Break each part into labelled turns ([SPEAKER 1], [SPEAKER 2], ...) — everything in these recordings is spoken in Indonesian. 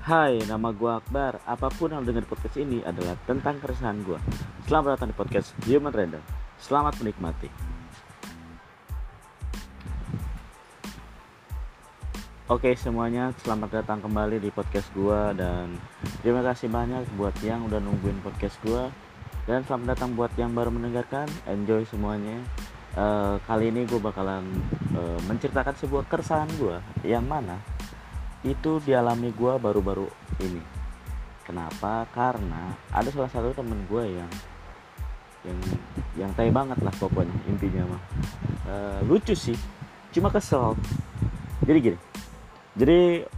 [SPEAKER 1] Hai, nama gua Akbar. Apapun yang dengar podcast ini adalah tentang keresahan gua. Selamat datang di podcast Human Random. Selamat menikmati. Oke semuanya, selamat datang kembali di podcast gua dan terima kasih banyak buat yang udah nungguin podcast gua dan selamat datang buat yang baru mendengarkan. Enjoy semuanya. Kali ini gue bakalan menceritakan sebuah keresahan gua yang mana itu dialami gua baru-baru ini. Kenapa? Karena ada salah satu temen gue yang yang tai banget lah pokoknya intinya mah. Lucu sih, cuma kesel. Jadi gini, jadi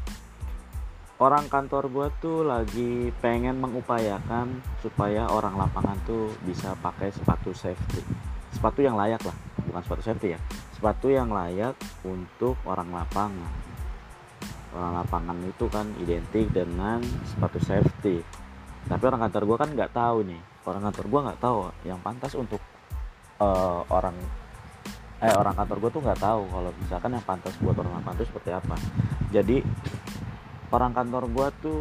[SPEAKER 1] orang kantor gue tuh lagi pengen mengupayakan supaya orang lapangan tuh bisa pakai sepatu safety, sepatu yang layak lah, bukan sepatu safety ya, sepatu yang layak untuk orang lapangan. Orang lapangan itu kan identik dengan sepatu safety, tapi orang kantor gue kan nggak tahu nih, orang kantor gue nggak tahu yang pantas untuk orang orang kantor gue tuh nggak tahu kalau misalkan yang pantas buat orang lapangan itu seperti apa. Jadi orang kantor gue tuh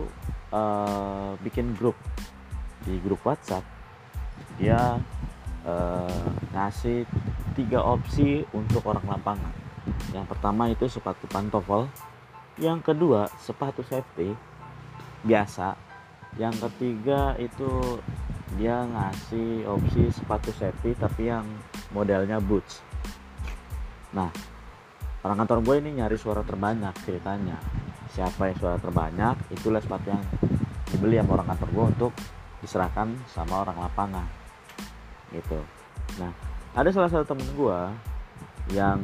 [SPEAKER 1] bikin grup di grup WhatsApp. Dia ngasih 3 opsi untuk orang lapangan. Yang pertama itu sepatu pantofel, yang kedua sepatu safety biasa, yang ketiga itu dia ngasih opsi sepatu safety tapi yang modelnya boots. Nah, orang kantor gue ini nyari suara terbanyak ceritanya. Siapa yang suara terbanyak, itulah sepatu yang dibeli sama orang kantor gue untuk diserahkan sama orang lapangan gitu. Nah, ada salah satu temen gue yang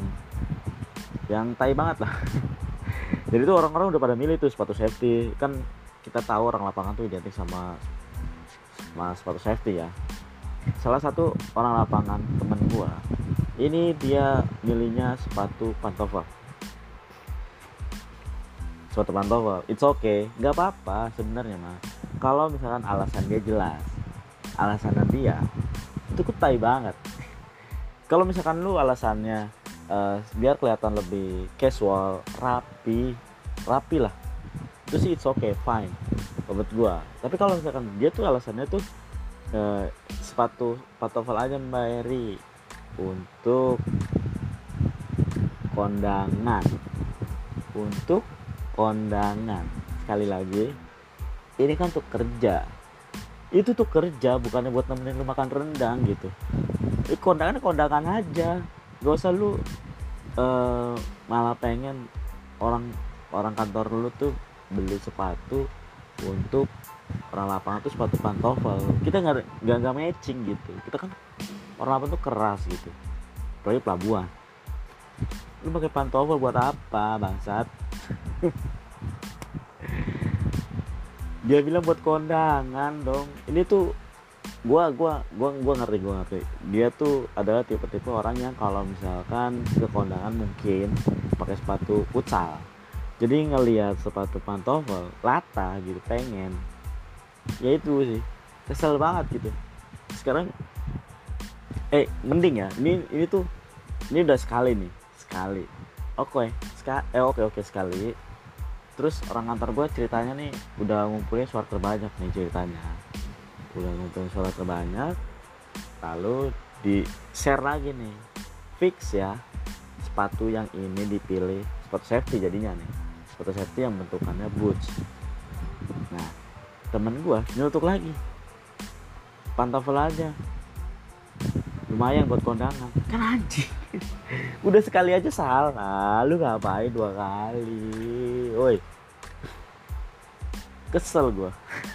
[SPEAKER 1] tai banget lah. Jadi tuh orang-orang udah pada milih tuh sepatu safety. Kan kita tahu orang lapangan tuh identik sama sepatu safety ya. Salah satu orang lapangan temen gua ini dia milihnya sepatu pantofel. Sepatu pantofel, it's okay, nggak apa-apa sebenarnya mah. Kalau misalkan alasan dia jelas, alasan dia itu kutai banget. Kalau misalkan lu alasannya biar kelihatan lebih casual, rapi lah, itu sih it's okay, fine menurut gua. Tapi kalau misalkan dia tuh alasannya tuh sepatu pantofel aja Mbak Eri untuk kondangan, untuk kondangan. Sekali lagi, ini kan untuk kerja, itu tuh kerja, bukannya buat nemenin lu makan rendang gitu. Kondangan aja, gak usah lu malah pengen orang kantor lu tuh beli sepatu untuk orang lapangan tuh sepatu pantofel. Kita nggak matching gitu. Kita kan orang lapangan tuh keras gitu, apalagi pelabuhan. Lu pakai pantofel buat apa bangsat? Dia bilang buat kondangan dong. Ini tuh gua ngerti. Dia tuh adalah tipe-tipe orang yang kalau misalkan ke kondangan mungkin pakai sepatu futsal. Jadi ngelihat sepatu pantofel lata gitu pengen. Ya itu sih. Kesel banget gitu. Sekarang mending ya. Ini tuh ini udah sekali nih. Sekali. Oke, sekali. Terus orang kantor gue ceritanya nih udah ngumpulin suara terbanyak nih ceritanya. Udah ngumpulin suara terbanyak, lalu di share lagi nih, fix ya sepatu yang ini dipilih, sepatu safety jadinya nih, sepatu safety yang bentukannya boots. Nah, temen gue nyelutuk lagi, pantofel aja lumayan buat kondangan. Kan anjing. Udah sekali aja salah, lu ngapain 2 kali? Woi, kesel gue.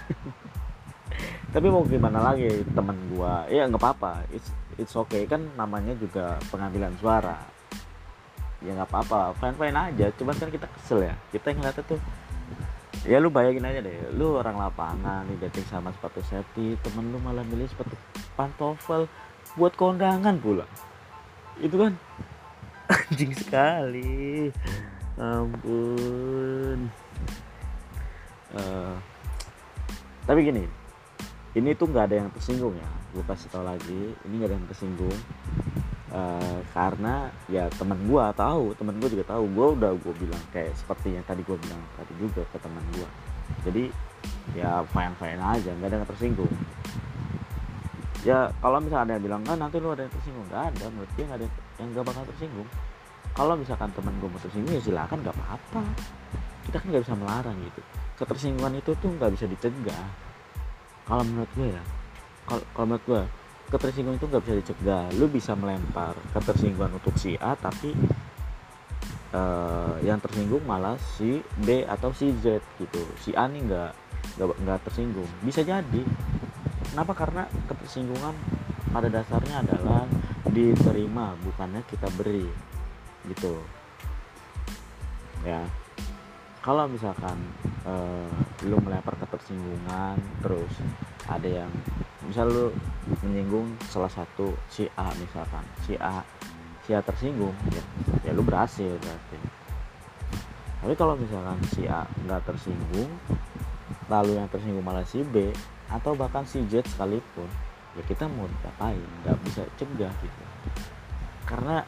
[SPEAKER 1] Tapi mau gimana lagi, temen gua ya nggak apa-apa, it's okay, kan namanya juga pengambilan suara, ya nggak apa-apa, fine aja. Cuman kan kita kesel ya, kita yang ngeliatnya tuh, ya lu bayangin aja deh, lu orang lapangan nih dating sama sepatu safety, temen lu malah milih sepatu pantofel buat kondangan pula. Itu kan anjing sekali, ampun. Tapi gini, ini tuh nggak ada yang tersinggung ya, gue kasih tau lagi, ini nggak ada yang tersinggung. Karena ya teman gue juga tahu, gue bilang kayak seperti yang tadi gue bilang tadi juga ke teman gue, Jadi ya fine aja, nggak ada yang tersinggung. Ya kalau misalnya ada yang bilang nanti lu ada yang tersinggung, nggak ada, menurut dia nggak ada yang nggak bakal tersinggung. Kalau misalkan teman gue mau tersinggung ya silakan, nggak apa-apa, kita kan nggak bisa melarang gitu. Ketersinggungan itu tuh nggak bisa dicegah kalau menurut gue ya. Kalau menurut gue ketersinggungan itu nggak bisa dicegah. Lu bisa melempar ketersinggungan untuk si A, tapi yang tersinggung malah si B atau si Z gitu. Si A nih nggak tersinggung, bisa jadi. Kenapa? Karena ketersinggungan pada dasarnya adalah diterima, bukannya kita beri gitu ya. Kalau misalkan lu melempar ketersinggungan, terus ada yang misal lu menyinggung salah satu si A, misalkan si A tersinggung ya lu berhasil berarti. Tapi kalau misalkan si A nggak tersinggung, lalu yang tersinggung malah si B atau bahkan si Z sekalipun, ya kita mau ngapain, nggak bisa cegah gitu. Karena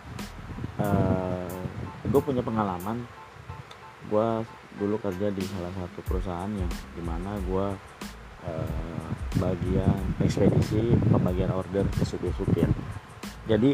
[SPEAKER 1] gue punya pengalaman, gue dulu kerja di salah satu perusahaan yang dimana gue bagian ekspedisi, pembagian order ke supir-supir. Jadi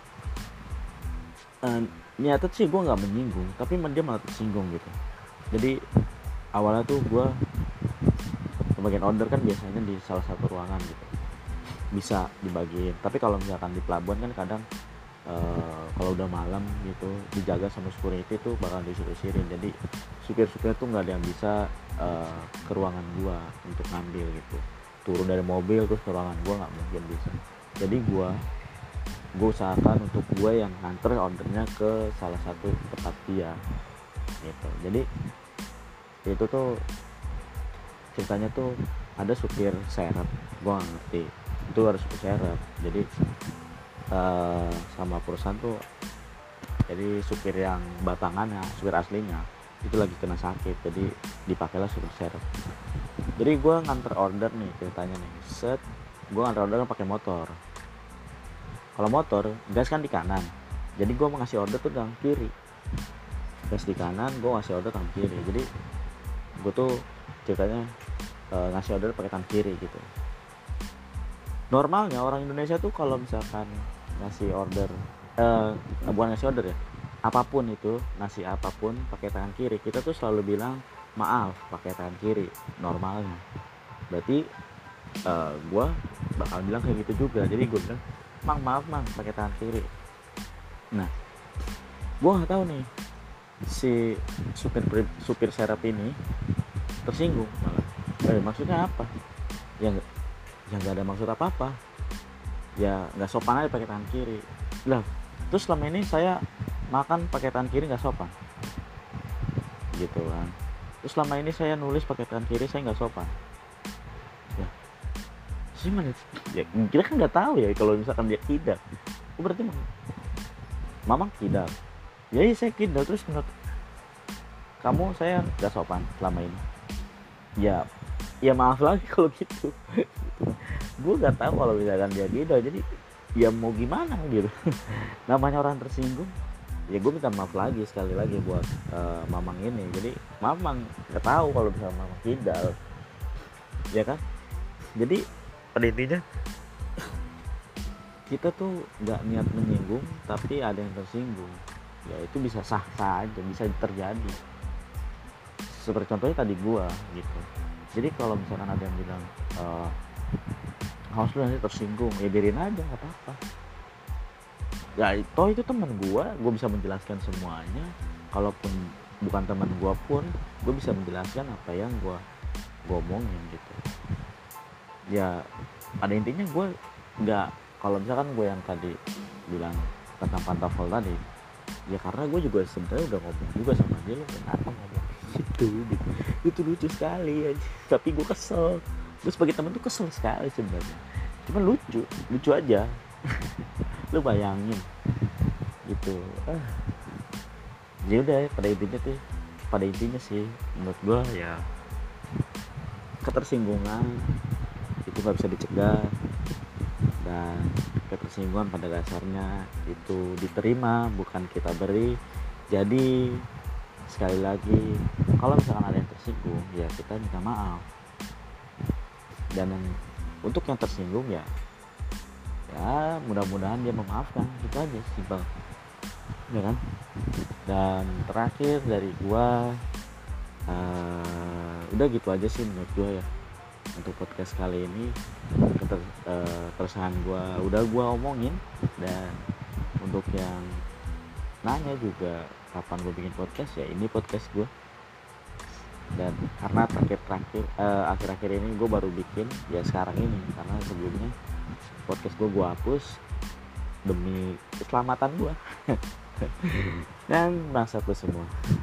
[SPEAKER 1] niatnya sih gue nggak menyinggung, tapi dia malah tersinggung gitu. Jadi awalnya tuh gue pembagian order kan biasanya di salah satu ruangan gitu, bisa dibagiin. Tapi kalau misalkan di pelabuhan kan kadang kalau udah malam gitu dijaga sama security tuh bakal disuruh-suruhin. Jadi supir-supir tuh nggak ada yang bisa ke ruangan gua untuk ngambil gitu, turun dari mobil terus ke ruangan gua nggak mungkin bisa. Jadi gua usahakan untuk gua yang nganter ordernya ke salah satu tempat dia gitu. Jadi itu tuh ceritanya tuh ada supir serep, gua nggak ngerti itu harus supir serep. Jadi sama perusahaan tuh, jadi supir yang batangannya, supir aslinya itu lagi kena sakit, jadi dipakailah supir serep. Jadi gue nganter order nih ceritanya nih, gue nganter order pakai motor. Kalau motor gas kan di kanan, jadi gue mau ngasih order tuh tangan kiri, gas di kanan, gue ngasih order tangan kiri. Jadi gue tuh ceritanya ngasih order pakai tangan kiri gitu. Normalnya orang Indonesia tuh kalau misalkan ngasih order bukan ngasih order ya, apapun itu, ngasih apapun pakai tangan kiri, kita tuh selalu bilang maaf pakai tangan kiri normalnya. Berarti gue bakal bilang kayak gitu juga. Jadi gue bilang maaf pakai tangan kiri. Nah gue nggak tahu nih si supir serap ini tersinggung malah. Maksudnya apa? Ya nggak ada maksud apa-apa, ya nggak sopan aja pakai tangan kiri lah. Terus selama ini saya makan pakai tangan kiri nggak sopan gitu kan. Terus selama ini saya nulis pakai tangan kiri, saya nggak sopan ya. Sih mana ya, kita kan nggak tahu ya kalau misalkan dia kidal. Berarti mamang kidal ya, iya saya kidal. Terus menurut kamu saya nggak sopan selama ini ya maaf lagi kalau gitu. Gue nggak tahu kalau misalkan dia gitu, jadi ya mau gimana gitu. Namanya orang tersinggung ya, gue minta maaf lagi sekali lagi buat mamang ini. Jadi mamang nggak tahu kalau misalkan mamang kidal ya kan. Jadi pada intinya kita tuh nggak niat menyinggung, tapi ada yang tersinggung ya, itu bisa sah-sah aja, bisa terjadi. Seperti contohnya tadi gue gitu. Jadi kalau misalkan ada yang bilang harus lu nanti tersinggung, ya biarin aja, nggak apa-apa. Ya itu teman gue bisa menjelaskan semuanya. Kalaupun bukan teman gue pun, gue bisa menjelaskan apa yang gue omongin gitu. Ya pada intinya gue nggak, kalau misalkan gue yang tadi bilang tentang pantofel tadi, ya karena gue juga sebenarnya udah ngomong juga sama dia, lu kenapa ngomong itu lucu sekali aja. Tapi gue kesel, gue sebagai teman tuh kesel sekali sebenarnya, cuma lucu aja. Lu bayangin gitu. Ya udah, pada intinya sih menurut gue ya, ketersinggungan itu nggak bisa dicegah, dan ketersinggungan pada dasarnya itu diterima, bukan kita beri. Jadi sekali lagi, kalau misalkan ada yang tersinggung ya kita minta maaf, dan untuk yang tersinggung ya mudah-mudahan dia memaafkan, gitu aja, simpel, ya kan. Dan terakhir dari gua, udah gitu aja sih menurut gua ya untuk podcast kali ini. Keresahan gua udah gua omongin, dan untuk yang nanya juga kapan gue bikin podcast, ya ini podcast gue. Dan karena akhir-akhir ini gue baru bikin ya sekarang ini, karena sebelumnya podcast gue hapus demi keselamatan gue dan bangsa semua.